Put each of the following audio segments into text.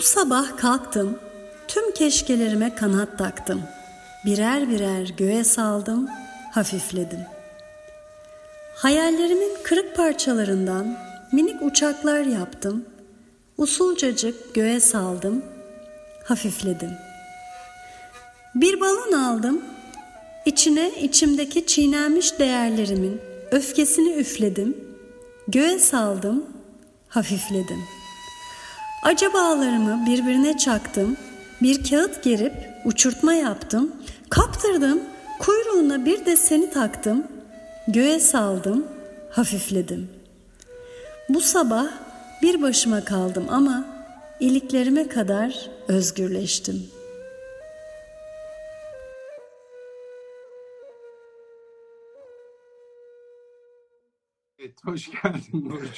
sabah kalktım, tüm keşkelerime kanat taktım. Birer birer göğe saldım, hafifledim. Hayallerimin kırık parçalarından minik uçaklar yaptım. Usulcacık göğe saldım, hafifledim. Bir balon aldım, içine içimdeki çiğnenmiş değerlerimin öfkesini üfledim. Göğe saldım, hafifledim. Acabalarımı birbirine çaktım, bir kağıt gerip uçurtma yaptım, kaptırdım, kuyruğuna bir de seni taktım, göğe saldım, hafifledim. Bu sabah bir başıma kaldım ama iliklerime kadar özgürleştim. Evet, hoş geldin Burcu.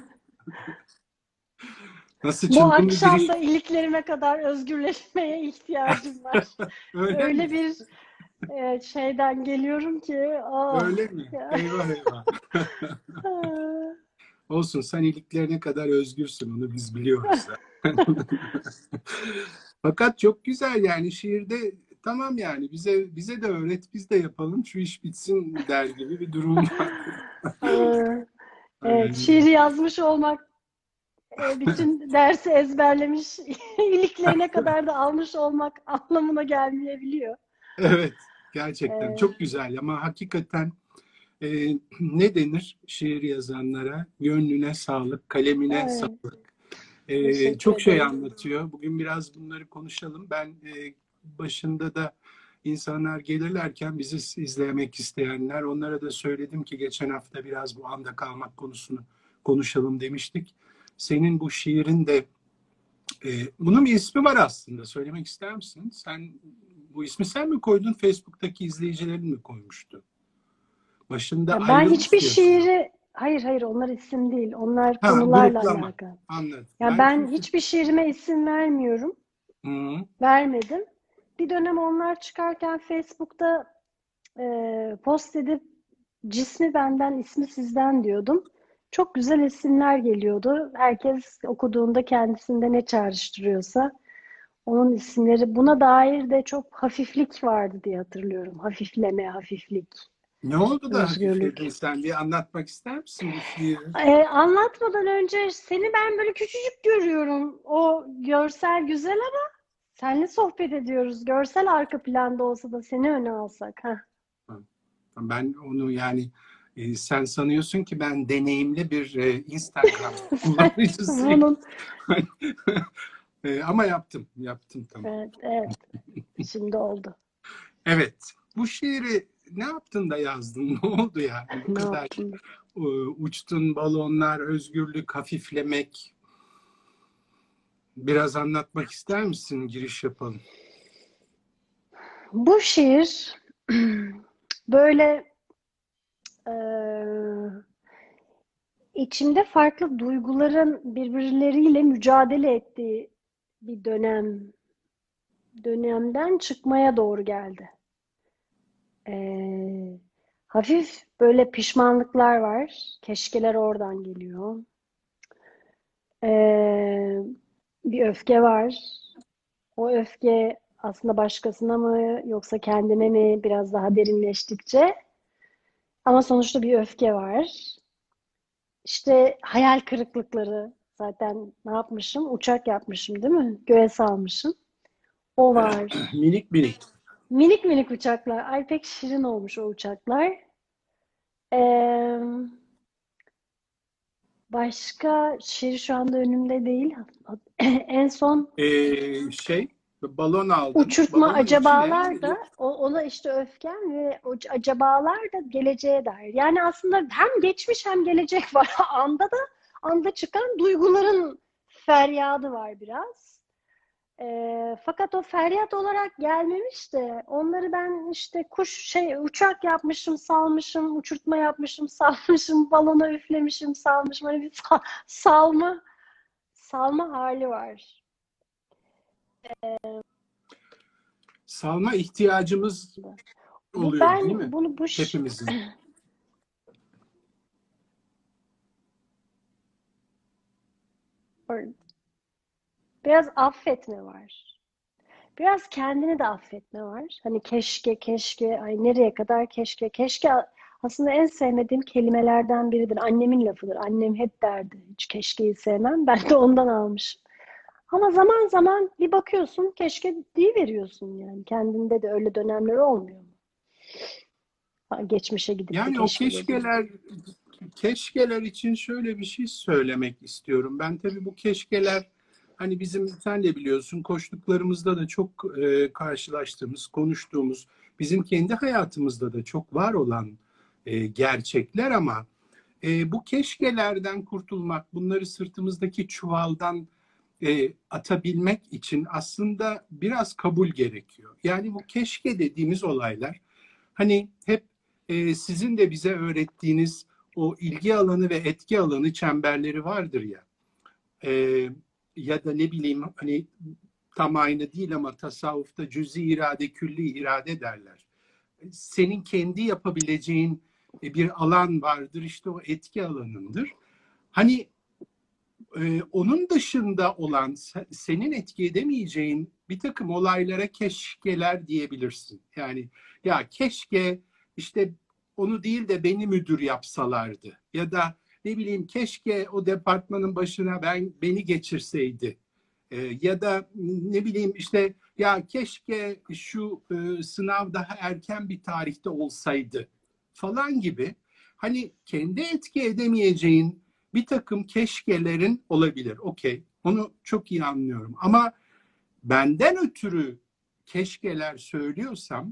Nasıl Bu çılgın bir akşam giriş. da iliklerime kadar özgürleşmeye ihtiyacım var. Öyle mi? Öyle bir şeyden geliyorum ki. Öyle mi? Eyvah eyvah. Olsun, sen iliklerine kadar özgürsün, onu biz biliyoruz. Fakat çok güzel yani şiirde, tamam yani bize de öğret, biz de yapalım, şu iş bitsin der gibi bir durum var. Evet, şiir yazmış olmak, bütün dersi ezberlemiş, iliklerine kadar da almış olmak anlamına gelmeyebiliyor. Evet, gerçekten Evet. çok güzel ama hakikaten ne denir şiir yazanlara? Gönlüne sağlık, kalemine Evet, sağlık. teşekkür Çok şey ederim. anlatıyor. Bugün biraz bunları konuşalım. Ben başında da insanlar gelirlerken bizi izlemek isteyenler, onlara da söyledim ki geçen hafta biraz bu anda kalmak konusunu konuşalım demiştik. Senin bu şiirin de bunun bir ismi var aslında. Söylemek ister misin? Bu ismi sen mi koydun? Facebook'taki izleyicilerin mi koymuştu? Başında Ya ben ayrılmış hiçbir diyorsun. şiiri, hayır onlar isim değil, onlar Ha, konularla gruplama. alakalı. Anladım. Ya Ben ben çünkü hiçbir şiirime isim vermiyorum. Hı, Vermedim. Bir dönem onlar çıkarken Facebook'ta post edip cismi benden, ismi sizden diyordum. Çok güzel isimler geliyordu. Herkes okuduğunda kendisinde ne çağrıştırıyorsa onun isimleri. Buna dair de çok hafiflik vardı diye hatırlıyorum. Hafifleme, hafiflik, ne oldu da hafifledin özgürlük. sen? Bir anlatmak ister misin bu şiiri? Anlatmadan önce seni ben böyle küçücük görüyorum. O görsel güzel ama seninle sohbet ediyoruz. Görsel arka planda olsa da seni öne alsak. Heh. Ben onu yani sen sanıyorsun ki ben deneyimli bir Instagram Sen kullanıcısıyım. bunun Ama yaptım tamam. evet, evet. Şimdi oldu. Evet, bu şiiri ne yaptın da yazdın? Ne oldu yani? Bu Ne kadar yaptım? uçtun balonlar, özgürlük, hafiflemek. Biraz anlatmak ister misin? Giriş yapalım. Bu şiir böyle eee, içimde farklı duyguların birbirleriyle mücadele ettiği bir dönemden çıkmaya doğru geldi. Hafif böyle pişmanlıklar var. Keşkeler oradan geliyor. Ee, Bir öfke var. O öfke aslında başkasına mı yoksa kendine mi biraz daha derinleştikçe. Ama sonuçta bir öfke var. İşte hayal kırıklıkları. Zaten ne yapmışım? Uçak yapmışım değil mi? Göğe salmışım. O var. Minik minik. Minik minik uçaklar. Ay pek şirin olmuş o uçaklar. Ee, Başka şiir şu anda önümde değil. En son Balon aldın. uçurtma Balonun içi ne? acabalar da ona işte öfken ve o acabalar da geleceğe dair. Yani aslında hem geçmiş hem gelecek var. Anda çıkan duyguların feryadı var biraz. Fakat o feryat olarak gelmemiş de onları ben işte uçak yapmışım, salmışım, uçurtma yapmışım, salmışım, balona üflemişim, salmışım. Hani bir salma hali var. Salma ihtiyacımız oluyor değil mi? Bunu Hepimizin. Biraz affetme var. Biraz kendini de affetme var. Hani keşke, ay nereye kadar keşke aslında en sevmediğim kelimelerden biridir. Annemin lafıdır. Annem hep derdi. Hiç keşkeyi sevmem. Ben de ondan almışım. Ama zaman zaman bir bakıyorsun keşke deyiveriyorsun yani. Kendinde de öyle dönemler olmuyor mu? Geçmişe gidip de Yani o keşke dediğim. keşkeler için şöyle bir şey söylemek istiyorum. Ben tabii bu keşkeler hani bizim sen de biliyorsun koştuklarımızda da çok karşılaştığımız, konuştuğumuz, bizim kendi hayatımızda da çok var olan gerçekler ama bu keşkelerden kurtulmak, bunları sırtımızdaki çuvaldan atabilmek için aslında biraz kabul gerekiyor. Yani bu keşke dediğimiz olaylar hani hep sizin de bize öğrettiğiniz o ilgi alanı ve etki alanı çemberleri vardır ya. E, Ya da ne bileyim hani tam aynı değil ama tasavvufta cüz-i irade, külli irade derler. Senin kendi yapabileceğin bir alan vardır, işte o etki alanındır. Hani onun dışında olan senin etki edemeyeceğin bir takım olaylara keşkeler diyebilirsin. Yani ya keşke işte onu değil de beni müdür yapsalardı ya da ne bileyim keşke o departmanın başına beni geçirseydi. Ya da ne bileyim işte ya keşke şu sınav daha erken bir tarihte olsaydı falan gibi. Hani kendi etki edemeyeceğin bir takım keşkelerin olabilir. Okey. Onu çok iyi anlıyorum. Ama benden ötürü keşkeler söylüyorsam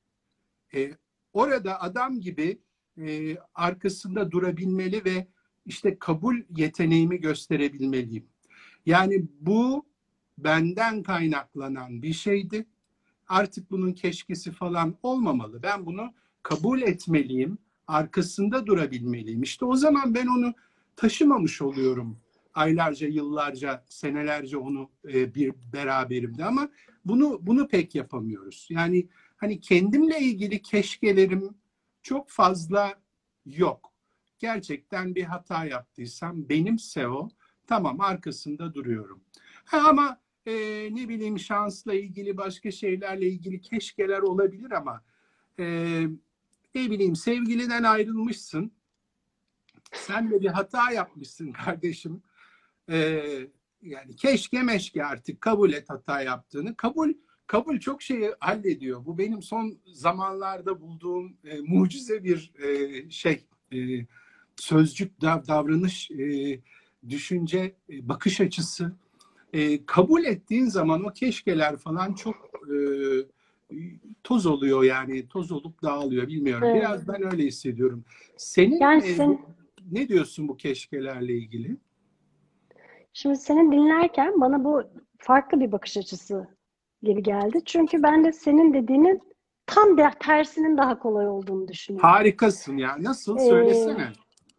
orada adam gibi arkasında durabilmeli ve işte kabul yeteneğimi gösterebilmeliyim. Yani bu benden kaynaklanan bir şeydi. Artık bunun keşkesi falan olmamalı. Ben bunu kabul etmeliyim, arkasında durabilmeliyim. İşte o zaman ben onu taşımamış oluyorum. Aylarca, yıllarca, senelerce onu bir beraberimde ama bunu pek yapamıyoruz. Yani hani kendimle ilgili keşkelerim çok fazla yok. Gerçekten bir hata yaptıysam benimse o, tamam arkasında duruyorum. Ama ne bileyim şansla ilgili başka şeylerle ilgili keşkeler olabilir ama e, ne bileyim sevgiliden ayrılmışsın. Sen de bir hata yapmışsın kardeşim. E, Yani keşke meşke artık kabul et hata yaptığını. Kabul çok şeyi hallediyor. Bu benim son zamanlarda bulduğum mucize bir sözcük, davranış, düşünce, bakış açısı. Kabul ettiğin zaman o keşkeler falan çok toz oluyor yani toz olup dağılıyor bilmiyorum. Evet. Biraz ben öyle hissediyorum. Senin Yani ne diyorsun bu keşkelerle ilgili? şimdi seni dinlerken bana bu farklı bir bakış açısı gibi geldi. Çünkü ben de senin dediğinin tam tersinin daha kolay olduğunu düşünüyorum. Harikasın ya. Nasıl? Ee, Söylesene.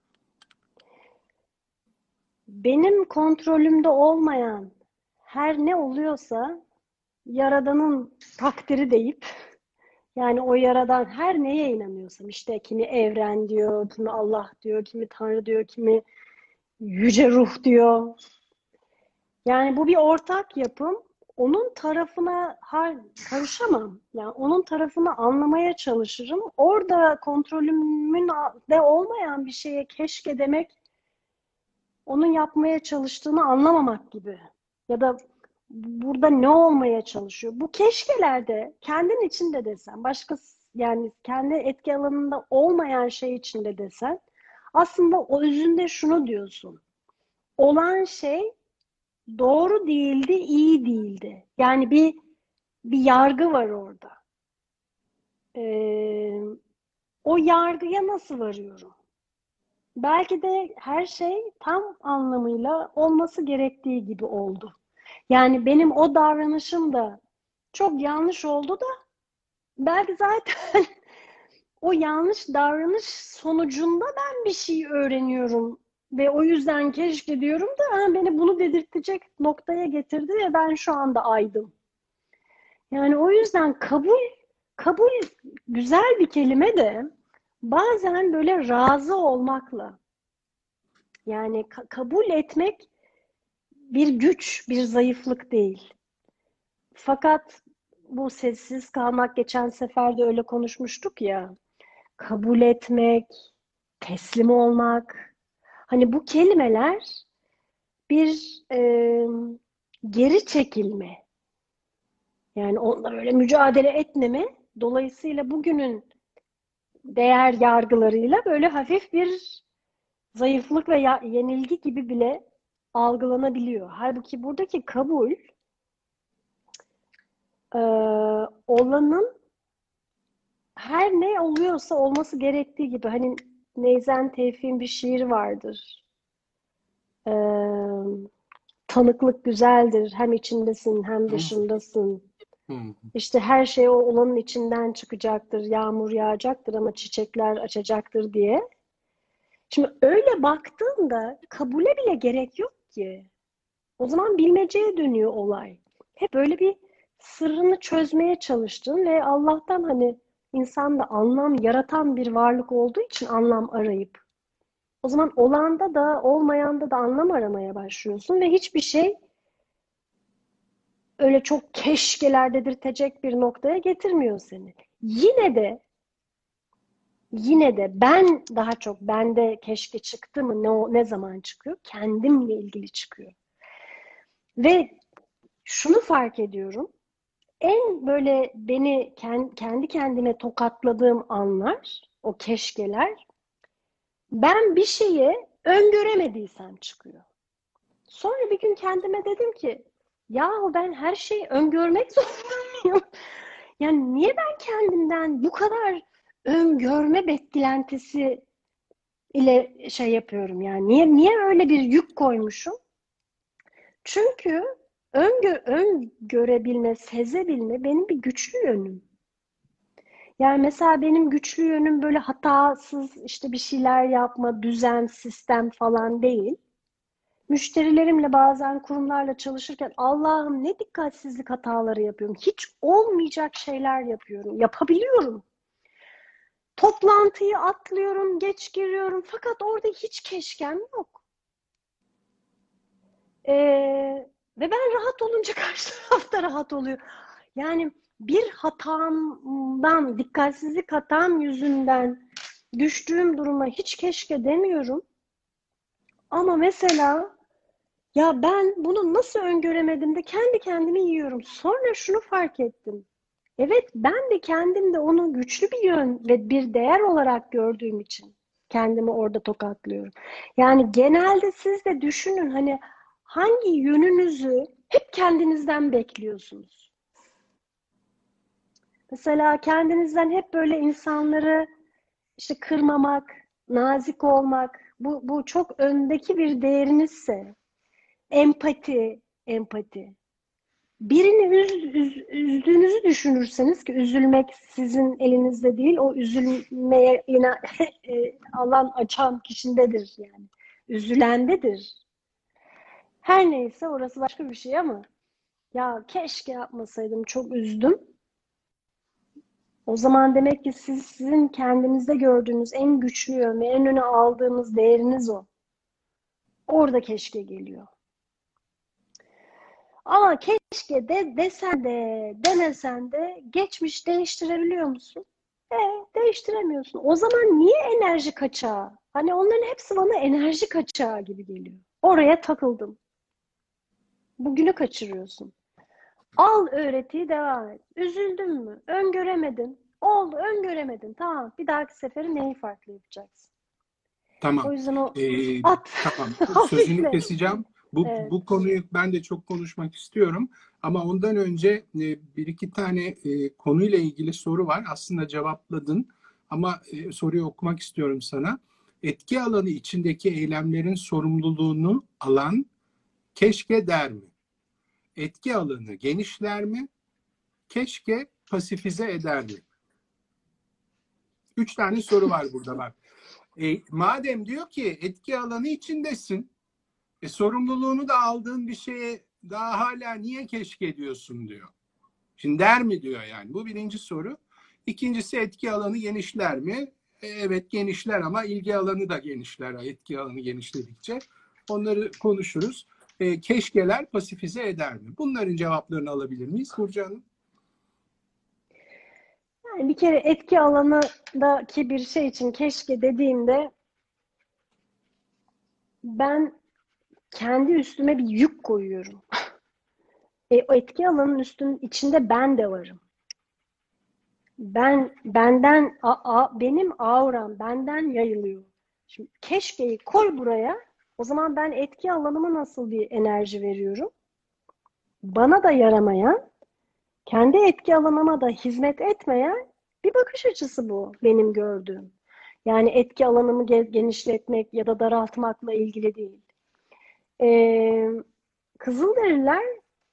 Benim kontrolümde olmayan her ne oluyorsa Yaradan'ın takdiri deyip yani o Yaradan her neye inanıyorsam işte kimi evren diyor, kimi Allah diyor, kimi Tanrı diyor, kimi yüce ruh diyor. Yani bu bir ortak yapım. Onun tarafına karışamam. Yani onun tarafını anlamaya çalışırım. Orada kontrolümün de olmayan bir şeye keşke demek onun yapmaya çalıştığını anlamamak gibi. Ya da burada ne olmaya çalışıyor? Bu keşkelerde kendin içinde desen, başka yani kendi etki alanında olmayan şey içinde desen aslında o özünde şunu diyorsun. Olan şey doğru değildi, iyi değildi. Yani bir yargı var orada. O yargıya nasıl varıyorum? Belki de her şey tam anlamıyla olması gerektiği gibi oldu. Yani benim o davranışım da çok yanlış oldu da belki zaten o yanlış davranış sonucunda ben bir şey öğreniyorum ve o yüzden keşke diyorum da beni bunu dedirtecek noktaya getirdi ve ben şu anda aydım. Yani o yüzden kabul güzel bir kelime de bazen böyle razı olmakla yani kabul etmek bir güç, bir zayıflık değil. Fakat bu sessiz kalmak, geçen sefer de öyle konuşmuştuk ya, kabul etmek, teslim olmak. Hani bu kelimeler bir geri çekilme. Yani onunla böyle mücadele etmeme. Dolayısıyla bugünün değer yargılarıyla böyle hafif bir zayıflık ve yenilgi gibi bile algılanabiliyor. Halbuki buradaki kabul olanın her ne oluyorsa olması gerektiği gibi. Hani Neyzen Tevfik'in bir şiiri vardır. Tanıklık güzeldir. Hem içindesin hem Hı dışındasın. hı. İşte her şey o olanın içinden çıkacaktır. Yağmur yağacaktır ama çiçekler açacaktır diye. Şimdi öyle baktığında kabule bile gerek yok ki. O zaman bilmeceye dönüyor olay. Hep böyle bir sırrını çözmeye çalıştın ve Allah'tan hani insan da anlam yaratan bir varlık olduğu için anlam arayıp o zaman olanda da olmayanda da anlam aramaya başlıyorsun ve hiçbir şey öyle çok keşkeler dedirtecek bir noktaya getirmiyor seni. Yine de ben daha çok bende keşke çıktı mı ne zaman çıkıyor? Kendimle ilgili çıkıyor. Ve şunu fark ediyorum. En böyle beni kendi kendime tokatladığım anlar, o keşkeler, ben bir şeye öngöremediysem çıkıyor. Sonra bir gün kendime dedim ki, yahu ben her şeyi öngörmek zorundayım. Yani niye ben kendimden bu kadar öngörme beklentisi ile şey yapıyorum yani? Niye öyle bir yük koymuşum? Çünkü öngörebilme, sezebilme benim bir güçlü yönüm. Yani mesela benim güçlü yönüm böyle hatasız işte bir şeyler yapma, düzen, sistem falan değil. Müşterilerimle bazen kurumlarla çalışırken Allah'ım ne dikkatsizlik hataları yapıyorum. Hiç olmayacak şeyler yapıyorum. Yapabiliyorum. Toplantıyı atlıyorum, geç giriyorum. Fakat orada hiç keşkem yok. Ve ben rahat olunca karşı taraf da rahat oluyor. Yani bir hatamdan, dikkatsizlik hatam yüzünden düştüğüm duruma hiç keşke demiyorum. Ama mesela ya ben bunu nasıl öngöremedim de kendi kendimi yiyorum. Sonra şunu fark ettim. Evet ben de kendimde onu güçlü bir yön ve bir değer olarak gördüğüm için kendimi orada tokatlıyorum. Yani genelde siz de düşünün hani hangi yönünüzü hep kendinizden bekliyorsunuz. Mesela kendinizden hep böyle insanları işte kırmamak, nazik olmak, bu çok öndeki bir değerinizse empati. Birini üzdüğünüzü düşünürseniz ki üzülmek sizin elinizde değil, o üzülmeye alan açan kişindedir yani. Üzülendedir. Her neyse orası başka bir şey ama ya keşke yapmasaydım, çok üzdüm. O zaman demek ki sizin kendinizde gördüğünüz en güçlü yön ve en öne aldığınız değeriniz o. Orada keşke geliyor. Ama keşke desen de demesen de geçmiş değiştirebiliyor musun? Değiştiremiyorsun. O zaman niye enerji kaçağı? Hani onların hepsi bana enerji kaçağı gibi geliyor. Oraya takıldım. Bugünü kaçırıyorsun. Al öğretiyi devam et. Üzüldün mü? Öngöremedin. Oldu öngöremedin. Tamam. Bir dahaki seferi neyi farklı yapacaksın? O Tamam. yüzden o Ee, at. tamam. Sözünü Hafifle. keseceğim. Evet. Bu konuyu ben de çok konuşmak istiyorum. Ama ondan önce bir iki tane konuyla ilgili soru var. Aslında cevapladın. Ama soruyu okumak istiyorum sana. Etki alanı içindeki eylemlerin sorumluluğunu alan keşke der mi? Etki alanı genişler mi? Keşke pasifize eder mi? 3 tane soru var burada bak. Madem diyor ki etki alanı içindesin, sorumluluğunu da aldığın bir şeye daha hala niye keşke diyorsun diyor. Şimdi der mi diyor yani. Bu birinci soru. İkincisi etki alanı genişler mi? Evet genişler ama ilgi alanı da genişler etki alanı genişledikçe. Onları konuşuruz. keşkeler pasifize eder mi? Bunların cevaplarını alabilir miyiz Burcu Hanım? Yani bir kere etki alanındaki bir şey için keşke dediğimde ben kendi üstüme bir yük koyuyorum. O etki alanının içinde ben de varım. Benim auram benden yayılıyor. Şimdi keşkeyi koy buraya. O zaman ben etki alanıma nasıl bir enerji veriyorum? Bana da yaramayan, kendi etki alanıma da hizmet etmeyen bir bakış açısı bu benim gördüğüm. Yani etki alanımı genişletmek ya da daraltmakla ilgili değil. Kızılderililer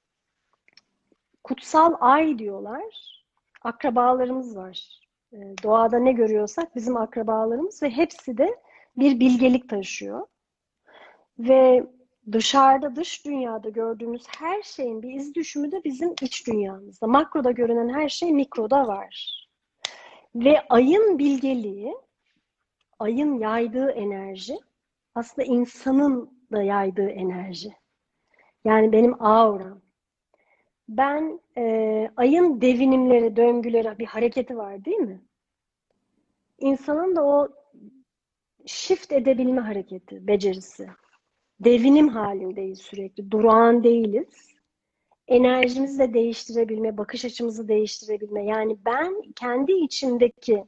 kutsal ay diyorlar. Akrabalarımız var. Doğada ne görüyorsak bizim akrabalarımız ve hepsi de bir bilgelik taşıyor. Ve dışarıda, dış dünyada gördüğümüz her şeyin bir iz düşümü de bizim iç dünyamızda. Makroda görünen her şey mikroda var. Ve ayın bilgeliği, ayın yaydığı enerji aslında insanın da yaydığı enerji. Yani benim auram. Ben ayın devinimleri, döngüleri, bir hareketi var değil mi? İnsanın da o shift edebilme hareketi, becerisi. Devinim halindeyiz sürekli. Durağan değiliz. Enerjimizi de değiştirebilme, bakış açımızı değiştirebilme. Yani ben kendi içimdeki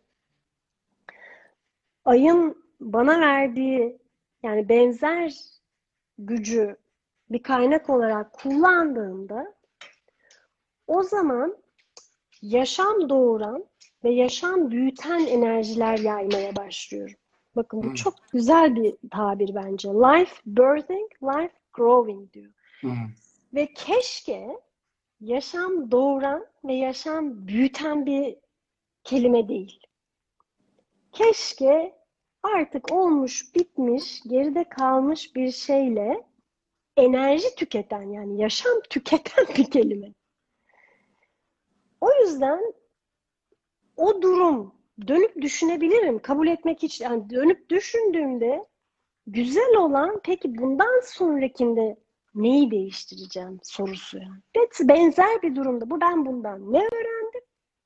ayın bana verdiği yani benzer gücü bir kaynak olarak kullandığımda o zaman yaşam doğuran ve yaşam büyüten enerjiler yaymaya başlıyorum. Bakın bu çok güzel bir tabir bence. Life birthing, life growing diyor. Ve keşke yaşam doğuran ve yaşam büyüten bir kelime değil. Keşke artık olmuş, bitmiş, geride kalmış bir şeyle enerji tüketen yani yaşam tüketen bir kelime. O yüzden o durum dönüp düşünebilirim. Kabul etmek hiç yani dönüp düşündüğümde güzel olan peki bundan sonrakinde neyi değiştireceğim sorusu yani. Benzer bir durumda ben bundan ne öğrendim?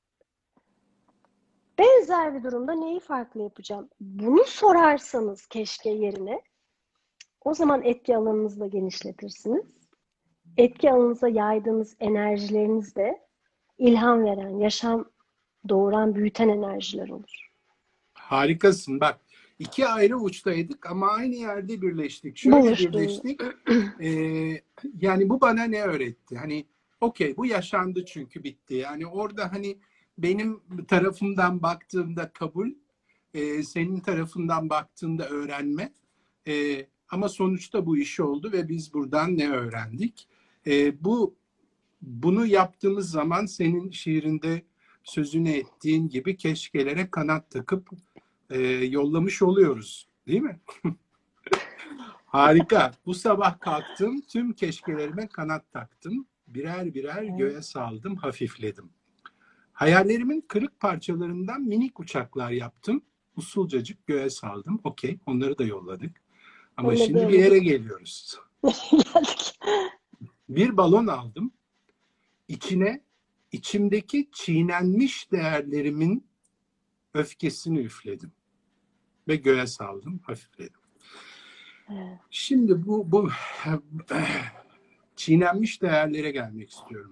Benzer bir durumda neyi farklı yapacağım? Bunu sorarsanız keşke yerine o zaman etki alanınızı da genişletirsiniz. Etki alanınıza yaydığınız enerjileriniz de ilham veren, yaşam doğuran, büyüten enerjiler olur. Harikasın. Bak, iki ayrı uçtaydık ama aynı yerde birleştik. Şöyle birleştik. Yani bu bana ne öğretti? Hani okey, bu yaşandı çünkü bitti. Yani orada hani benim tarafımdan baktığımda kabul, senin tarafından baktığında öğrenme. Ama sonuçta bu iş oldu ve biz buradan ne öğrendik? Bunu yaptığımız zaman senin şiirinde sözünü ettiğin gibi keşkelere kanat takıp yollamış oluyoruz. Değil mi? Harika. Bu sabah kalktım, tüm keşkelerime kanat taktım. Birer birer göğe saldım, hafifledim. Hayallerimin kırık parçalarından minik uçaklar yaptım. Usulcacık göğe saldım. Okey, onları da yolladık. Ama şimdi bir yere geliyoruz. Bir balon aldım. İçine içimdeki çiğnenmiş değerlerimin öfkesini üfledim. Ve göğe saldım, hafifledim. Şimdi bu çiğnenmiş değerlere gelmek istiyorum.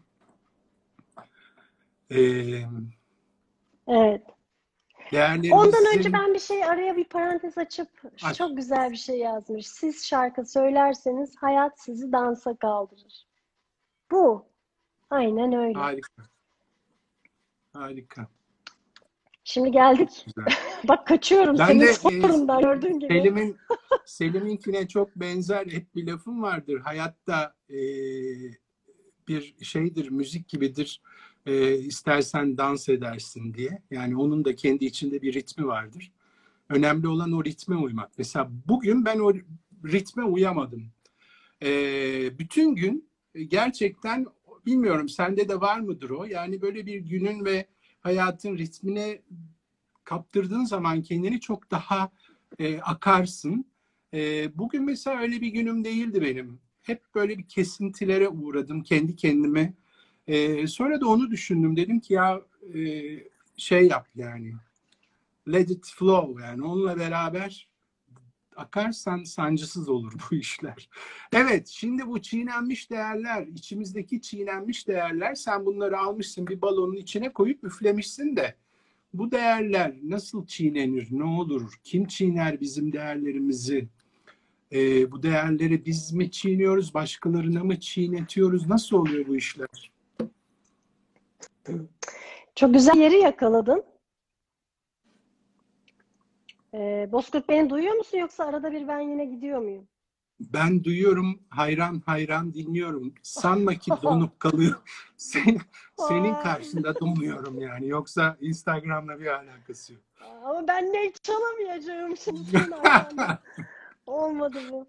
Evet. Ondan önce ben araya bir parantez açıp çok güzel bir şey yazmış. Siz şarkı söylerseniz hayat sizi dansa kaldırır. Bu. Aynen öyle. Harika. Harika. Şimdi geldik. Bak kaçıyorum ben senin de, sorundan gördüğün gibi. Selim'inkine çok benzer hep bir lafım vardır. Hayatta bir şeydir, müzik gibidir. İstersen dans edersin diye. Yani onun da kendi içinde bir ritmi vardır. Önemli olan o ritme uymak. Mesela bugün ben o ritme uyamadım. Bütün gün gerçekten bilmiyorum sende de var mıdır o? Yani böyle bir günün ve hayatın ritmine kaptırdığın zaman kendini çok daha akarsın. Bugün mesela öyle bir günüm değildi benim. hep böyle bir kesintilere uğradım kendi kendime. Sonra da onu düşündüm. Dedim ki ya şey yap yani. Let it flow, yani onunla beraber akarsan sancısız olur bu işler. Evet, şimdi bu çiğnenmiş değerler, içimizdeki çiğnenmiş değerler, sen bunları almışsın bir balonun içine koyup üflemişsin de bu değerler nasıl çiğnenir, ne olur, kim çiğner bizim değerlerimizi? Bu değerleri biz mi çiğniyoruz, başkalarına mı çiğnetiyoruz, nasıl oluyor bu işler? Çok güzel yeri yakaladın. Bozkurt, beni duyuyor musun, yoksa arada bir ben yine gidiyor muyum? Ben duyuyorum, hayran hayran dinliyorum. Sanma ki donup kalıyor. Senin karşında donuyorum yani. Yoksa Instagram'la bir alakası yok. Ama ben ne çalamayacağım şimdi senin arkanda. Olmadı bu.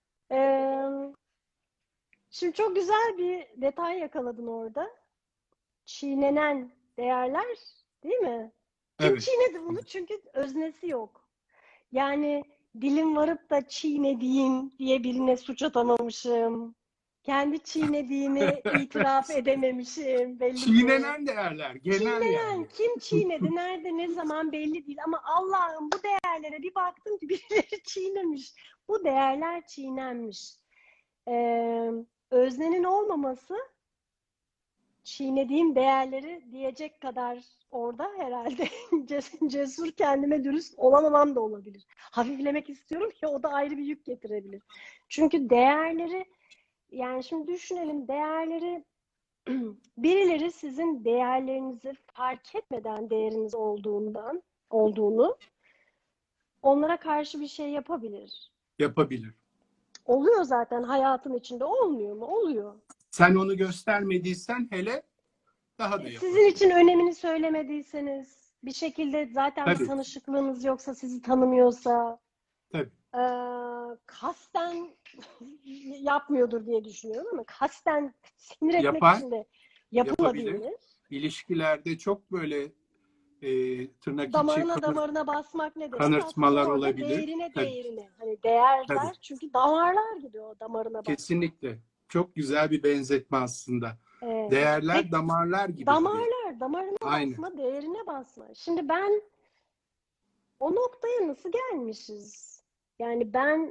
Şimdi çok güzel bir detay yakaladın orada. Çiğnenen değerler, değil mi? Kim Evet. çiğnedi bunu? Çünkü öznesi yok. Yani dilim varıp da çiğnediğim diye birine suç atamamışım. Kendi çiğnediğimi itiraf edememişim belli ki. Çiğnenen değerler, genel Çiğnenen, yani. kim çiğnedi, nerede, ne zaman belli değil. Ama Allah'ım, bu değerlere bir baktım ki birileri çiğnemiş. Bu değerler çiğnenmiş. Öznenin olmaması, çiğnediğim değerleri diyecek kadar orada herhalde cesur, kendime dürüst olamamam da olabilir. Hafiflemek istiyorum ki o da ayrı bir yük getirebilir. Çünkü değerleri, yani şimdi düşünelim, değerleri birileri sizin değerlerinizi fark etmeden değeriniz olduğunu onlara karşı bir şey yapabilir. Yapabilir. Oluyor zaten hayatın içinde, olmuyor mu? Oluyor. Sen onu göstermediysen hele daha da yapabilir. Sizin için önemini söylemediyseniz, bir şekilde zaten Tabii. bir tanışıklığınız yoksa, sizi tanımıyorsa, Tabii. kasten yapmıyordur diye düşünüyorum ama kasten sinir etmek Yapar, için de yapılabilir. yapabilir. İlişkilerde çok böyle tırnak içi Damarına basmak ne demek? kanırtmalar aslında orada olabilir. değerine. Tabii. Hani değerler, Tabii. çünkü damarlar gibi o damarına basmak. Kesinlikle. Çok güzel bir benzetme aslında. Evet. Değerler damarlar gibi. Damarına Aynı. basma, değerine basma. Şimdi ben o noktaya nasıl gelmişiz? Yani ben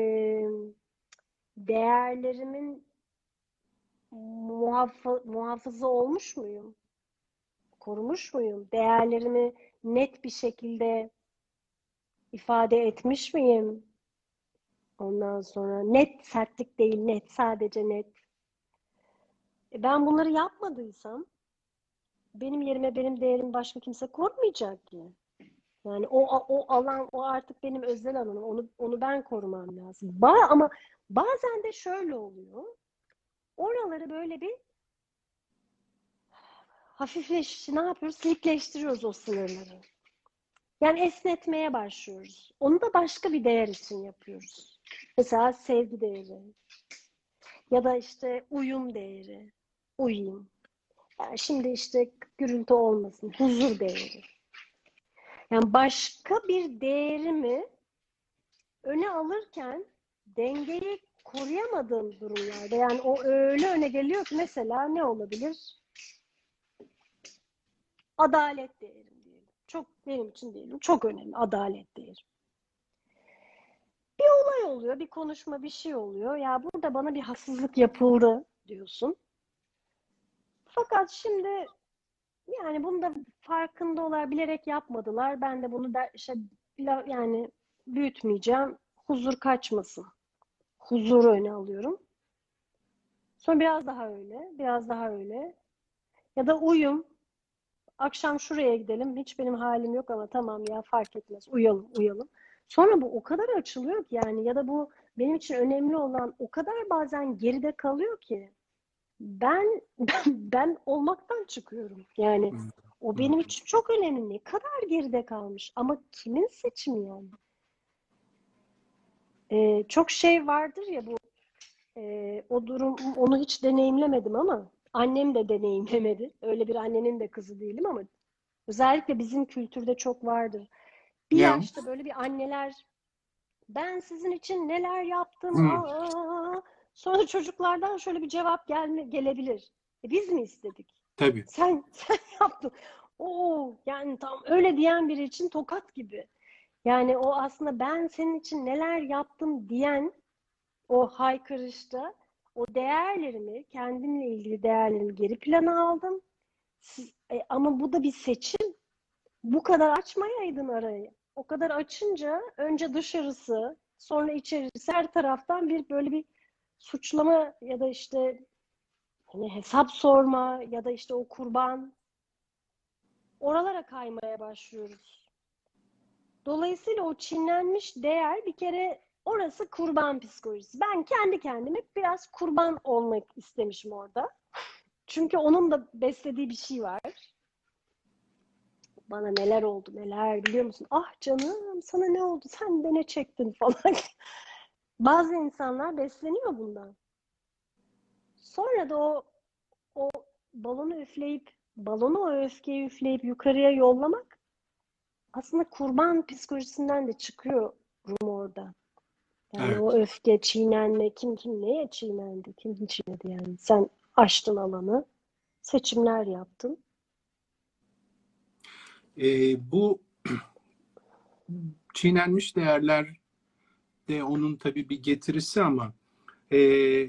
değerlerimin muhafızı olmuş muyum? Korumuş muyum? Değerlerimi net bir şekilde ifade etmiş miyim? Ondan sonra net, sertlik değil, net, sadece net. Ben bunları yapmadıysam benim yerime benim değerimi başka kimse korumayacak ki. Yani o alan, o artık benim özel alanım. Onu ben korumam lazım. Ama bazen de şöyle oluyor. Oraları böyle bir ne yapıyoruz? Silikleştiriyoruz o sınırları. Yani esnetmeye başlıyoruz. Onu da başka bir değer için yapıyoruz. Mesela sevgi değeri. Ya da işte uyum değeri. Uyuyayım. Yani şimdi işte gürültü olmasın. Huzur değeri. Yani başka bir değerimi öne alırken dengeyi koruyamadığım durumlarda, yani o öyle öne geliyor ki, mesela ne olabilir? Adalet değerim diyelim. Çok, benim için diyelim, çok önemli adalet değeri. Bir olay oluyor, bir konuşma, bir şey oluyor. Ya burada bana bir haksızlık yapıldı diyorsun. Fakat şimdi yani bunu da farkındalar, bilerek yapmadılar. Ben de bunu yani büyütmeyeceğim. Huzur kaçmasın. Huzuru öne alıyorum. Sonra biraz daha öyle, biraz daha öyle. Ya da uyum. Akşam şuraya gidelim. Hiç benim halim yok ama tamam ya, fark etmez. Uyalım. Sonra bu o kadar açılıyor ki yani, ya da bu benim için önemli olan o kadar bazen geride kalıyor ki ben olmaktan çıkıyorum. Yani o benim için çok önemli. Ne kadar geride kalmış ama kimin seçimi yani? Çok şey vardır ya, bu o durum, onu hiç deneyimlemedim ama annem de deneyimlemedi. Öyle bir annenin de kızı değilim ama özellikle bizim kültürde çok vardır. Bir yaşta böyle bir anneler, ben sizin için neler yaptım. Sonra çocuklardan şöyle bir cevap gelebilir. Biz mi istedik? Tabii. Sen yaptın. Oo, yani tam öyle diyen biri için tokat gibi. Yani o aslında ben senin için neler yaptım diyen o haykırışta o değerlerimi, kendimle ilgili değerlerimi geri plana aldım. Ama bu da bir seçim. Bu kadar açmayaydın arayı. O kadar açınca önce dışarısı, sonra içerisi, her taraftan bir böyle bir suçlama ya da işte hani hesap sorma ya da işte o kurban, oralara kaymaya başlıyoruz. Dolayısıyla o çiğnenmiş değer, bir kere orası kurban psikolojisi. Ben kendi kendime biraz kurban olmak istemişim orada. Çünkü onun da beslediği bir şey var. Bana neler oldu neler, biliyor musun? Ah canım, sana ne oldu? Sen de ne çektin falan. Bazı insanlar besleniyor bundan. Sonra da o balonu üfleyip, balonu o öfkeyi üfleyip yukarıya yollamak aslında kurban psikolojisinden de çıkıyorum orada. Yani o Evet. öfke, çiğnenme, kim neye çiğnendi, kim çiğnedi yani. Sen açtın alanı, seçimler yaptın. Bu çiğnenmiş değerler de onun tabii bir getirisi ama e,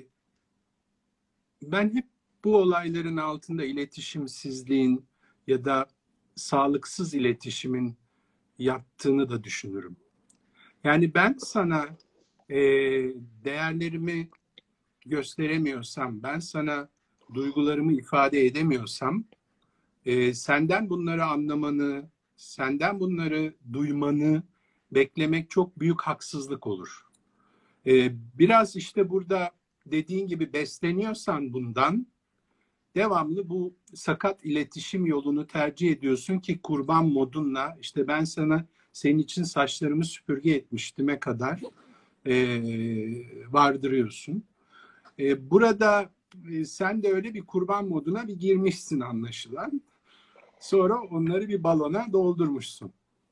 ben hep bu olayların altında iletişimsizliğin ya da sağlıksız iletişimin yattığını da düşünürüm. Yani ben sana e, değerlerimi gösteremiyorsam, ben sana duygularımı ifade edemiyorsam, senden bunları anlamanı, senden bunları duymanı beklemek çok büyük haksızlık olur. Biraz işte burada dediğin gibi besleniyorsan bundan, devamlı bu sakat iletişim yolunu tercih ediyorsun ki kurban modunla işte ben sana senin için saçlarımı süpürge etmiştime kadar vardırıyorsun. Burada sen de öyle bir kurban moduna bir girmişsin anlaşılan. Sonra onları bir balona doldurmuşsun.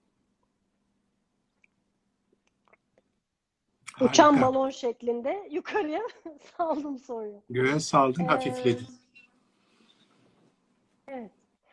Uçan Harika. balon şeklinde yukarıya saldım sonra. Göğe saldın, Ee, hafifledin. evet.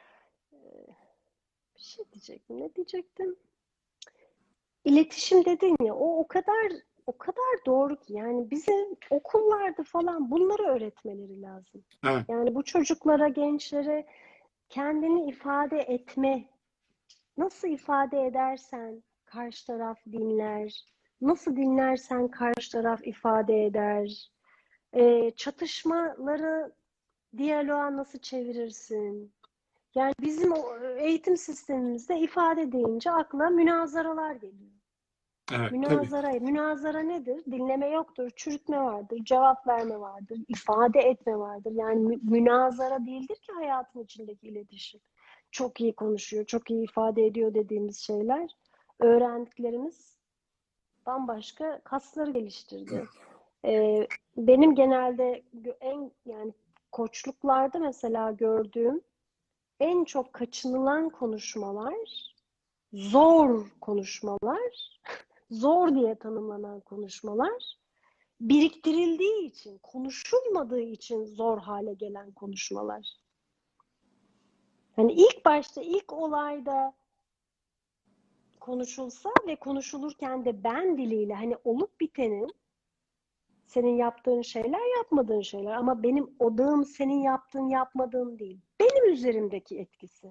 Bir şey diyecektim. Ne diyecektim? İletişim dedin ya, o kadar doğru ki, yani bize okullarda falan bunları öğretmeleri lazım. Evet, Yani bu çocuklara, gençlere kendini ifade etme, nasıl ifade edersen karşı taraf dinler, nasıl dinlersen karşı taraf ifade eder, çatışmaları diyaloğa nasıl çevirirsin? Yani bizim o eğitim sistemimizde ifade deyince akla münazaralar geliyor. evet, tabii. Münazara nedir? Dinleme yoktur, çürütme vardır, cevap verme vardır, ifade etme vardır. Yani münazara değildir ki hayatın içindeki iletişim. Çok iyi konuşuyor, çok iyi ifade ediyor dediğimiz şeyler, öğrendiklerimiz bambaşka kasları geliştirdi. Benim genelde yani koçluklarda mesela gördüğüm en çok kaçınılan konuşmalar, zor konuşmalar, zor diye tanımlanan konuşmalar, biriktirildiği için, konuşulmadığı için zor hale gelen konuşmalar. Hani ilk başta, ilk olayda konuşulsa ve konuşulurken de ben diliyle, hani olup bitenin, senin yaptığın şeyler, yapmadığın şeyler, ama benim odağım senin yaptığın, yapmadığın değil. Benim üzerimdeki etkisi.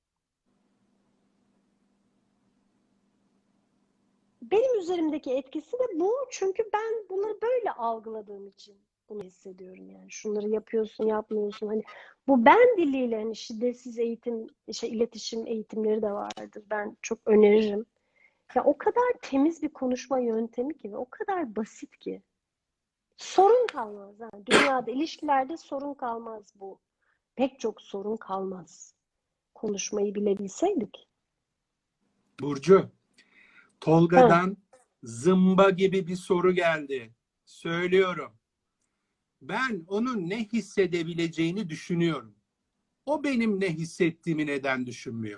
Benim üzerimdeki etkisi de bu. Çünkü ben bunları böyle algıladığım için bunu hissediyorum yani. Şunları yapıyorsun, yapmıyorsun. Hani bu ben diliyle, hani şiddetsiz eğitim, iletişim eğitimleri de vardır. Ben çok öneririm. Ya o kadar temiz bir konuşma yöntemi ki ve o kadar basit ki. Sorun kalmaz. Yani dünyada, ilişkilerde sorun kalmaz bu. Pek çok sorun kalmaz. Konuşmayı bilebilseydik. Burcu, Heh. Tolga'dan zımba gibi bir soru geldi. Söylüyorum. Ben onun ne hissedebileceğini düşünüyorum. O benim ne hissettiğimi neden düşünmüyor?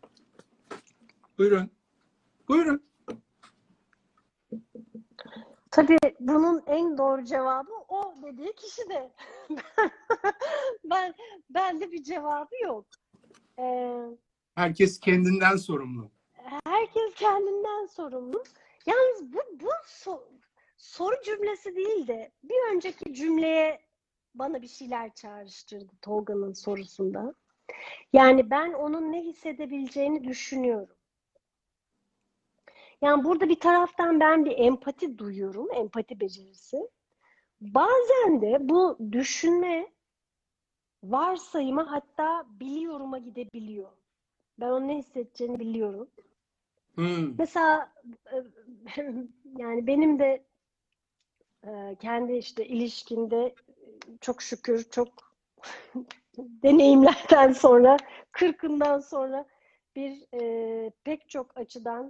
Buyurun. Buyurun. Tabii bunun en doğru cevabı o dediği kişi de. Bende bir cevabı yok. Herkes kendinden sorumlu. Herkes kendinden sorumlu. Yalnız bu soru cümlesi değil de bir önceki cümleye bana bir şeyler çağrıştırdı Tolga'nın sorusunda. Yani ben onun ne hissedebileceğini düşünüyorum. Yani burada bir taraftan ben bir empati duyuyorum, empati becerisi. Bazen de bu düşünme varsayıma hatta biliyorum'a gidebiliyor. Ben onun ne hissedeceğini biliyorum. Mesela yani benim de kendi işte ilişkimde çok şükür çok deneyimlerden sonra 40'ından sonra bir pek çok açıdan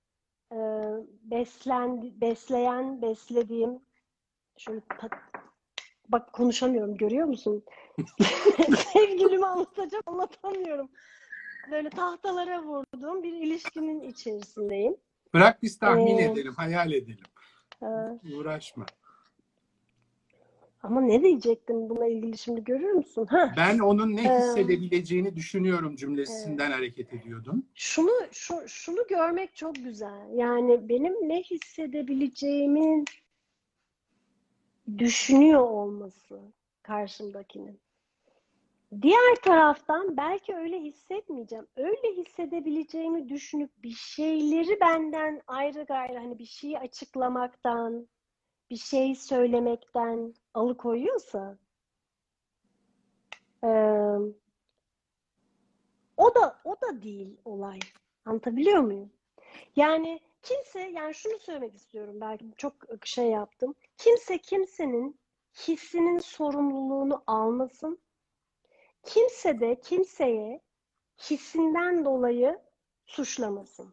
beslediğim şöyle bak konuşamıyorum görüyor musun? Sevgilimi anlatamıyorum. Böyle tahtalara vurduğum bir ilişkinin içerisindeyim. Bırak biz tahmin edelim, hayal edelim. Uğraşma. Ama ne diyecektim buna ilgili şimdi görüyor musun? Ben onun ne hissedebileceğini düşünüyorum cümlesinden hareket ediyordum. Şunu görmek çok güzel. Yani benim ne hissedebileceğimi düşünüyor olması karşımdakinin. Diğer taraftan belki öyle hissetmeyeceğim. Öyle hissedebileceğimi düşünüp bir şeyleri benden ayrı gayrı hani bir şeyi açıklamaktan, bir şey söylemekten alıkoyuyorsa o da değil olay. Anlatabiliyor muyum? Yani yani şunu söylemek istiyorum belki çok şey yaptım. Kimse kimsenin hissinin sorumluluğunu almasın. Kimse de kimseye hissinden dolayı suçlamasın.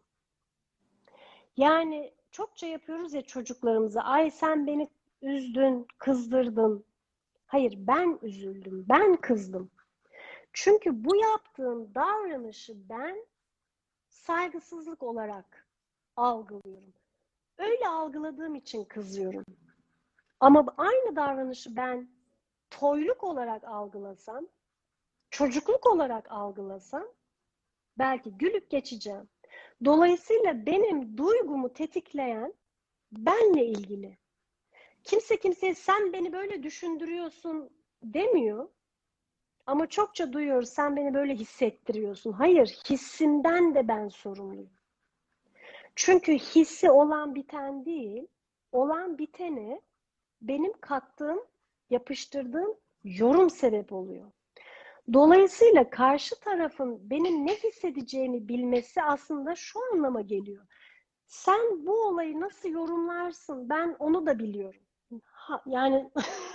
Yani çokça yapıyoruz ya çocuklarımıza. Ay sen beni üzdün, kızdırdın. Hayır ben üzüldüm, ben kızdım. Çünkü bu yaptığım davranışı ben saygısızlık olarak algılıyorum. Öyle algıladığım için kızıyorum. Ama aynı davranışı ben toyluk olarak algılasam, çocukluk olarak algılasam belki gülüp geçeceğim. Dolayısıyla benim duygumu tetikleyen benle ilgili. Kimse kimseye sen beni böyle düşündürüyorsun demiyor. Ama çokça duyuyoruz sen beni böyle hissettiriyorsun. Hayır, hissimden de ben sorumluyum. Çünkü hissi olan biten değil, olan bitene benim kattığım, yapıştırdığım yorum sebep oluyor. Dolayısıyla karşı tarafın benim ne hissedeceğimi bilmesi aslında şu anlama geliyor. Sen bu olayı nasıl yorumlarsın? Ben onu da biliyorum. Yani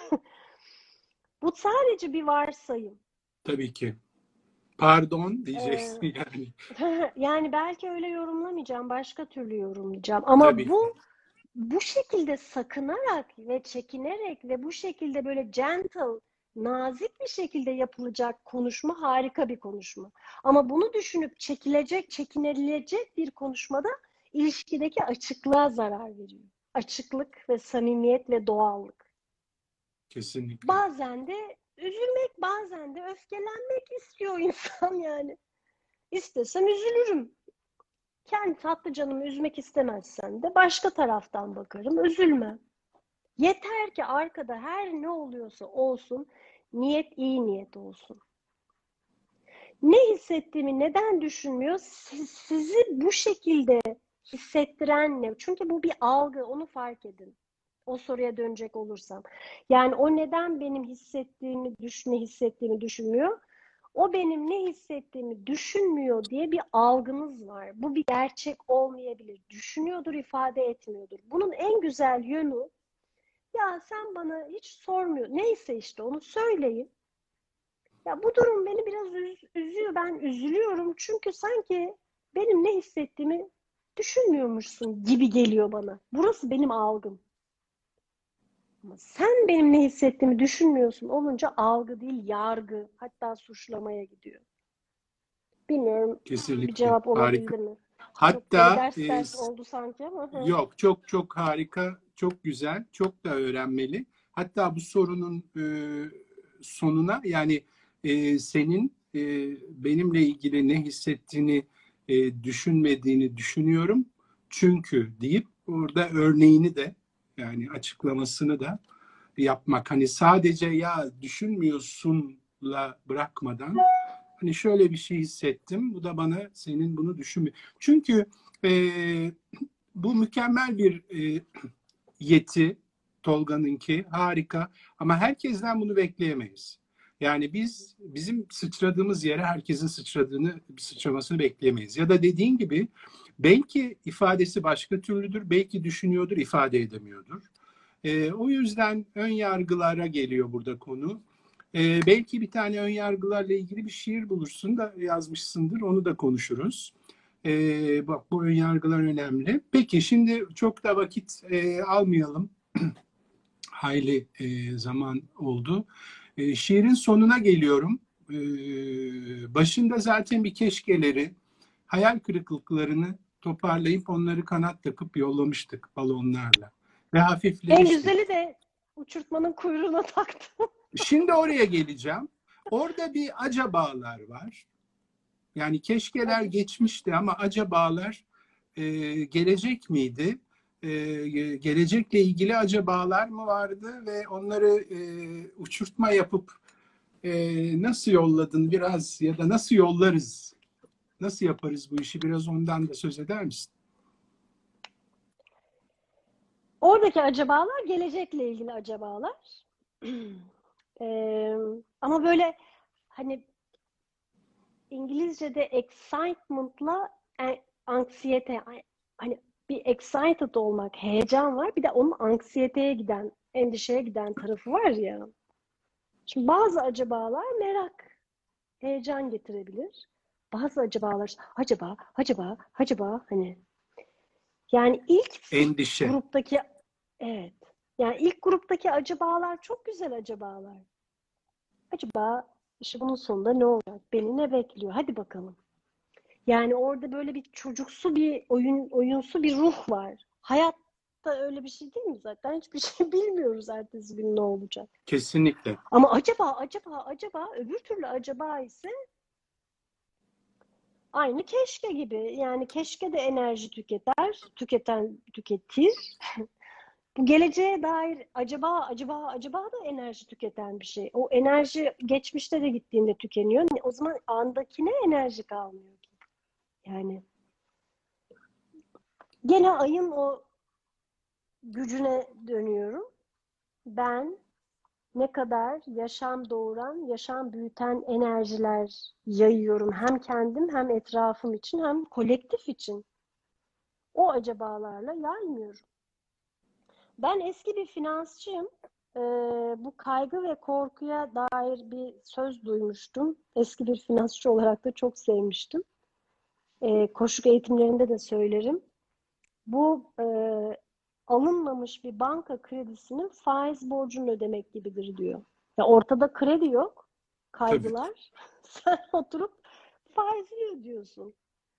bu sadece bir varsayım. Tabii ki. Pardon diyeceksin yani. Yani belki öyle yorumlamayacağım, başka türlü yorumlayacağım. Ama Tabii bu şekilde sakınarak ve çekinerek ve bu şekilde böyle gentle, nazik bir şekilde yapılacak konuşma harika bir konuşma. Ama bunu düşünüp çekinilecek bir konuşmada ilişkideki açıklığa zarar veriyor. Açıklık ve samimiyet ve doğallık. Kesinlikle. Bazen de üzülmek, bazen de öfkelenmek istiyor insan yani. İstesem üzülürüm. Kendi tatlı canımı üzmek istemezsen de başka taraftan bakarım, üzülmem. Yeter ki arkada her ne oluyorsa olsun, niyet iyi niyet olsun. Ne hissettiğimi neden düşünmüyor? Sizi bu şekilde hissettiren ne? Çünkü bu bir algı, onu fark edin. O soruya dönecek olursam. Yani o neden benim hissettiğimi düşünmüyor? O benim ne hissettiğimi düşünmüyor diye bir algınız var. Bu bir gerçek olmayabilir. Düşünüyordur, ifade etmiyordur. Bunun en güzel yönü ya sen bana hiç sormuyor. Neyse işte onu söyleyin. Ya bu durum beni biraz üzüyor. Ben üzülüyorum çünkü sanki benim ne hissettiğimi düşünmüyormuşsun gibi geliyor bana. Burası benim algım. Ama sen benim ne hissettiğimi düşünmüyorsun olunca algı değil yargı hatta suçlamaya gidiyor. Bilmiyorum Kesinlikle. bir cevap olabildi Harika. mi? Hatta çok ders oldu sanki ama. Yok çok harika. çok güzel, çok da öğrenmeli. Hatta bu sorunun sonuna yani senin benimle ilgili ne hissettiğini düşünmediğini düşünüyorum. Çünkü deyip orada örneğini de yani açıklamasını da yapmak. Hani sadece ya düşünmüyorsunla bırakmadan hani şöyle bir şey hissettim. Bu da bana senin bunu düşünme. Çünkü bu mükemmel bir yeti Tolga'nınki harika ama herkesten bunu bekleyemeyiz. Yani bizim sıçradığımız yere herkesin sıçramasını bekleyemeyiz. Ya da dediğin gibi belki ifadesi başka türlüdür, belki düşünüyordur, ifade edemiyordur. O yüzden ön yargılara geliyor burada konu. Belki bir tane ön yargılarla ilgili bir şiir bulursun da yazmışsındır, onu da konuşuruz. Bak bu ön yargılar önemli. Peki şimdi çok da vakit almayalım. Hayli zaman oldu. Şiirin sonuna geliyorum. Başında zaten bir keşkeleri, hayal kırıklıklarını toparlayıp onları kanat takıp yollamıştık balonlarla. Ve hafiflemiştik. En güzeli de uçurtmanın kuyruğuna taktım. Şimdi oraya geleceğim. Orada bir acabalar var. Yani keşkeler geçmişti ama acabalar gelecek miydi? Gelecekle ilgili acabalar mı vardı ve onları uçurtma yapıp nasıl yolladın biraz ya da nasıl yollarız? Nasıl yaparız bu işi? Biraz ondan da söz eder misin? Oradaki acabalar gelecekle ilgili acabalar. Ama böyle hani İngilizce'de excitement'la anksiyete, hani bir excited olmak, heyecan var. Bir de onun anksiyeteye giden, endişeye giden tarafı var ya. Şimdi bazı acabalar merak, heyecan getirebilir. Bazı acabalar acaba hani yani ilk Endişe. gruptaki evet. Yani ilk gruptaki acabalar çok güzel acabalar. Acaba işte bunun sonunda ne olacak? Beni ne bekliyor? Hadi bakalım. Yani orada böyle bir çocuksu bir oyunsu bir ruh var. Hayatta öyle bir şey değil mi zaten? Hiçbir şey bilmiyoruz ertesi gün ne olacak. Kesinlikle. Ama acaba öbür türlü acaba ise aynı keşke gibi. Yani keşke de enerji tüketen tüketir. Bu geleceğe dair acaba da enerji tüketen bir şey. O enerji geçmişte de gittiğinde tükeniyor. O zaman andakine enerji kalmıyor ki. Yani gene ayın o gücüne dönüyorum. Ben ne kadar yaşam doğuran, yaşam büyüten enerjiler yayıyorum. Hem kendim hem etrafım için hem kolektif için. O acabalarla yaymıyorum. Ben eski bir finansçıyım. Bu kaygı ve korkuya dair bir söz duymuştum. Eski bir finansçı olarak da çok sevmiştim. Koçluk eğitimlerinde de söylerim. Bu alınmamış bir banka kredisinin faiz borcunu ödemek gibidir diyor. Ya ortada kredi yok, kaygılar. Sen oturup faizli ödüyorsun.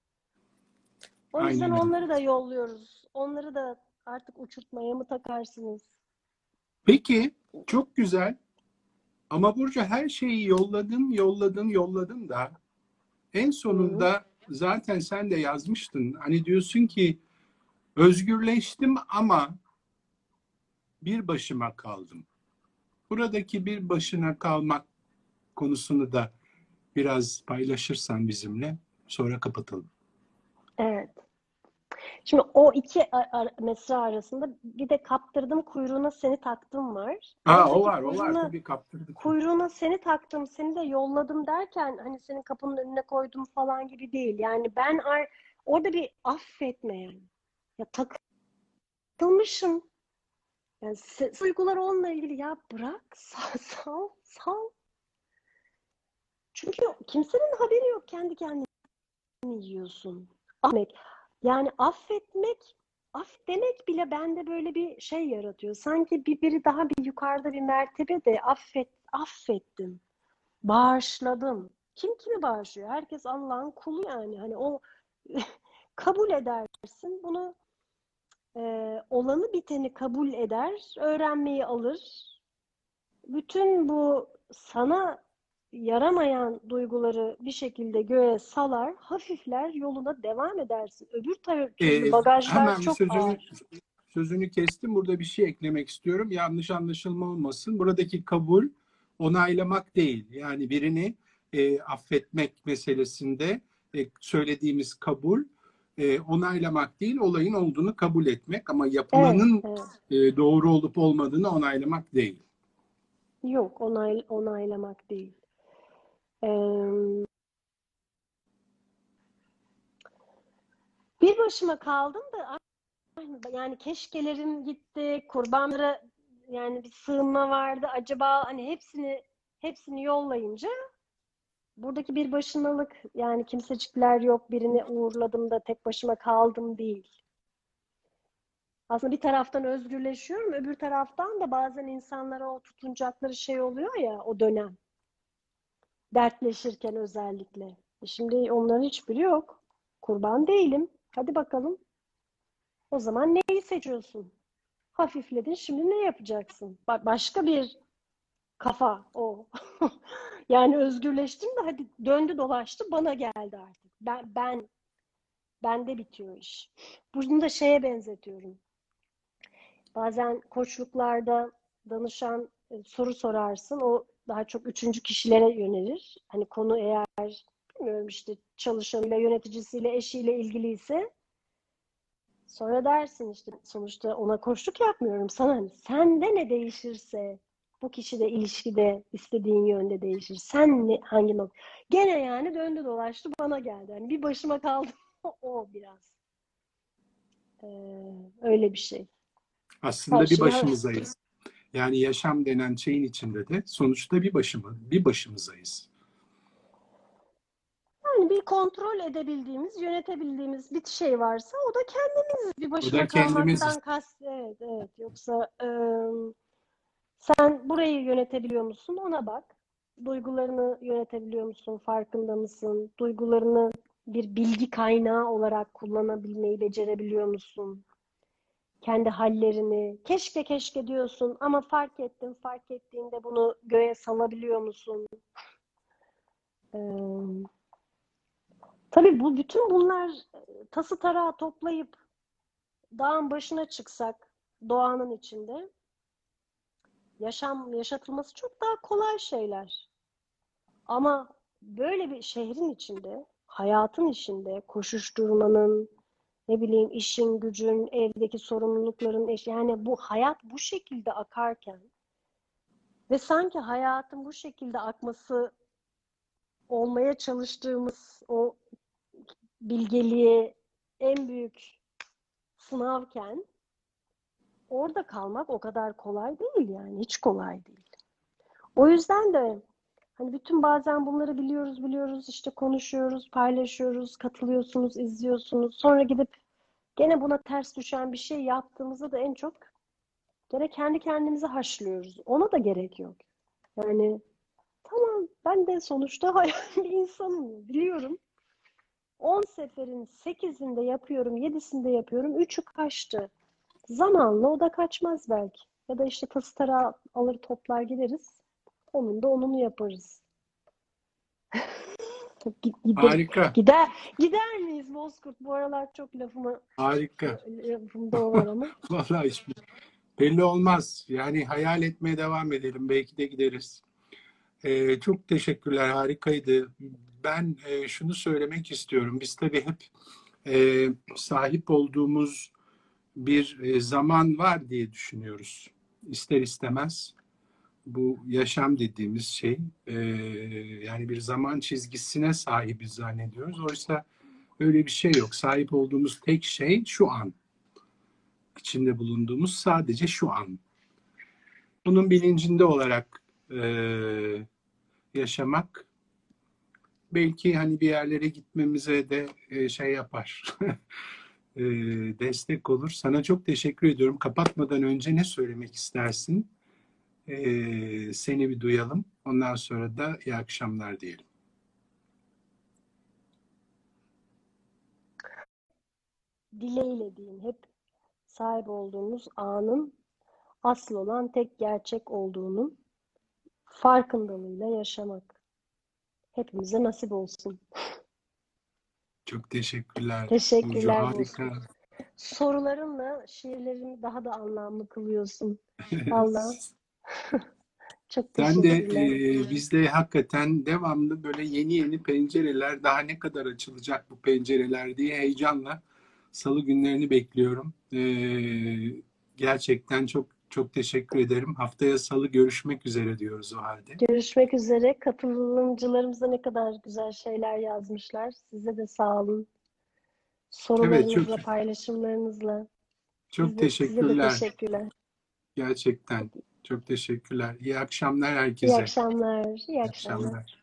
O yüzden Aynen. onları da yolluyoruz. Onları da artık uçurtmaya mı takarsınız? Peki, çok güzel. Ama Burcu her şeyi yolladın da en sonunda zaten sen de yazmıştın. Hani diyorsun ki özgürleştim ama bir başıma kaldım. Buradaki bir başına kalmak konusunu da biraz paylaşırsan bizimle sonra kapatalım. Evet. Şimdi o iki mesra arasında bir de kaptırdım kuyruğuna seni taktım var. O var tabii kaptırdık. Kuyruğuna seni taktım, seni de yolladım derken hani senin kapının önüne koydum falan gibi değil. Yani ben orada bir affetme yani. Ya takılmışım. Yani duygular onunla ilgili ya bırak sal. Çünkü kimsenin haberi yok kendi kendine yiyorsun. Yani affetmek demek bile bende böyle bir şey yaratıyor. Sanki biri daha bir yukarıda bir mertebe de affettim. Bağışladım. Kim kimi bağışlıyor? Herkes Allah'ın kulu yani. Hani o kabul edersin. Bunu olanı biteni kabul eder, öğrenmeyi alır. Bütün bu sana yaramayan duyguları bir şekilde göğe salar, hafifler, yoluna devam edersin. Öbür türlü bagajlar Hemen bir çok ağır. sözünü kestim. Burada bir şey eklemek istiyorum. Yanlış anlaşılma olmasın. Buradaki kabul onaylamak değil. Yani birini affetmek meselesinde söylediğimiz kabul onaylamak değil, olayın olduğunu kabul etmek, ama Evet, yapılanın evet. doğru olup olmadığını onaylamak değil. Yok, onaylamak değil. Bir başıma kaldım da yani keşkelerim gitti, kurbanlara yani bir sığınma vardı. Acaba hani hepsini yollayınca buradaki bir başımalık, yani kimsecikler yok, birini uğurladım da tek başıma kaldım değil. Aslında bir taraftan özgürleşiyorum, öbür taraftan da bazen insanlara o tutunacakları şey oluyor ya, o dönem. Dertleşirken özellikle. Şimdi onların hiçbiri yok. Kurban değilim. Hadi bakalım. O zaman neyi seçiyorsun? Hafifledin. Şimdi ne yapacaksın? Başka bir kafa o. Yani özgürleştim de hadi döndü dolaştı bana geldi artık. Bende bitiyor iş. Bunu da şeye benzetiyorum. Bazen koçluklarda danışan soru sorarsın. O daha çok üçüncü kişilere yönelir. Hani konu eğer bilmiyorum işte çalışanıyla, yöneticisiyle, eşiyle ilgiliyse sonra dersin işte sonuçta ona koçluk yapmıyorum sana. Hani sende ne değişirse bu kişide ilişkide istediğin yönde değişir. Sen hangi nokta? Gene yani döndü dolaştı bana geldi. Hani bir başıma kaldım o biraz. Öyle bir şey. Her Aslında bir şeyi başımızayız. Yani yaşam denen şeyin içinde de sonuçta bir başımızayız. yani bir kontrol edebildiğimiz, yönetebildiğimiz bir şey varsa o da kendimiz. Bir O da başıma kendimiziz. kalmaktan kast. Evet, evet. Yoksa sen burayı yönetebiliyor musun? Ona bak. Duygularını yönetebiliyor musun? Farkında mısın? Duygularını bir bilgi kaynağı olarak kullanabilmeyi becerebiliyor musun? Kendi hallerini. Keşke keşke diyorsun ama fark ettin. Fark ettiğinde bunu göğe salabiliyor musun? Ee, tabii bütün bunlar tası tarağı toplayıp dağın başına çıksak doğanın içinde yaşatılması çok daha kolay şeyler. Ama böyle bir şehrin içinde, hayatın içinde koşuşturmanın, ne bileyim işin, gücün, evdeki sorumlulukların, yani bu hayat bu şekilde akarken ve sanki hayatın bu şekilde akması olmaya çalıştığımız o bilgeliğe en büyük sınavken orada kalmak o kadar kolay değil yani. Hiç kolay değil. O yüzden de hani bütün bazen bunları biliyoruz işte konuşuyoruz, paylaşıyoruz, katılıyorsunuz, izliyorsunuz. Sonra gidip gene buna ters düşen bir şey yaptığımızda da en çok gene kendi kendimizi haşlıyoruz. Ona da gerek yok. Yani tamam ben de sonuçta bir insanım biliyorum. 10 seferin 8'inde yapıyorum, 7'sinde yapıyorum, 3'ü kaçtı. Zamanla o da kaçmaz belki. Ya da işte tası tarağı alır toplar gideriz. Onun da onunu yaparız. Gider, Harika, gider miyiz Bozkurt? Bu aralar çok harika. lafımda o var ama. Vallahi hiç belli olmaz. Yani hayal etmeye devam edelim. Belki de gideriz. Çok teşekkürler, harikaydı. Ben şunu söylemek istiyorum. Biz tabii hep sahip olduğumuz bir zaman var diye düşünüyoruz. İster istemez bu yaşam dediğimiz şey yani bir zaman çizgisine sahibiz zannediyoruz. Oysa öyle bir şey yok. Sahip olduğumuz tek şey şu an. İçinde bulunduğumuz sadece şu an. Bunun bilincinde olarak yaşamak belki hani bir yerlere gitmemize de şey yapar. Destek olur. Sana çok teşekkür ediyorum. Kapatmadan önce ne söylemek istersin? Seni bir duyalım. Ondan sonra da iyi akşamlar diyelim. Dileğiyle diyeyim. Hep sahip olduğumuz anın asıl olan tek gerçek olduğunun farkındalığıyla yaşamak. Hepimize nasip olsun. Çok teşekkürler Burcu, Teşekkürler harika. Bozkurt. Sorularınla şiirlerimi daha da anlamlı kılıyorsun. Vallahi çok Sen de teşekkürler. bizde hakikaten devamlı böyle yeni yeni pencereler, daha ne kadar açılacak bu pencereler diye heyecanla Salı günlerini bekliyorum. Gerçekten çok çok teşekkür ederim. Haftaya Salı görüşmek üzere diyoruz o halde. Görüşmek üzere. Katılımcılarımız da ne kadar güzel şeyler yazmışlar. Size de sağ olun. Evet, çok Sorularınızla, paylaşımlarınızla. çok Size de teşekkürler. teşekkürler. Gerçekten çok teşekkürler. İyi akşamlar İyi herkese. akşamlar. İyi İyi akşamlar. akşamlar.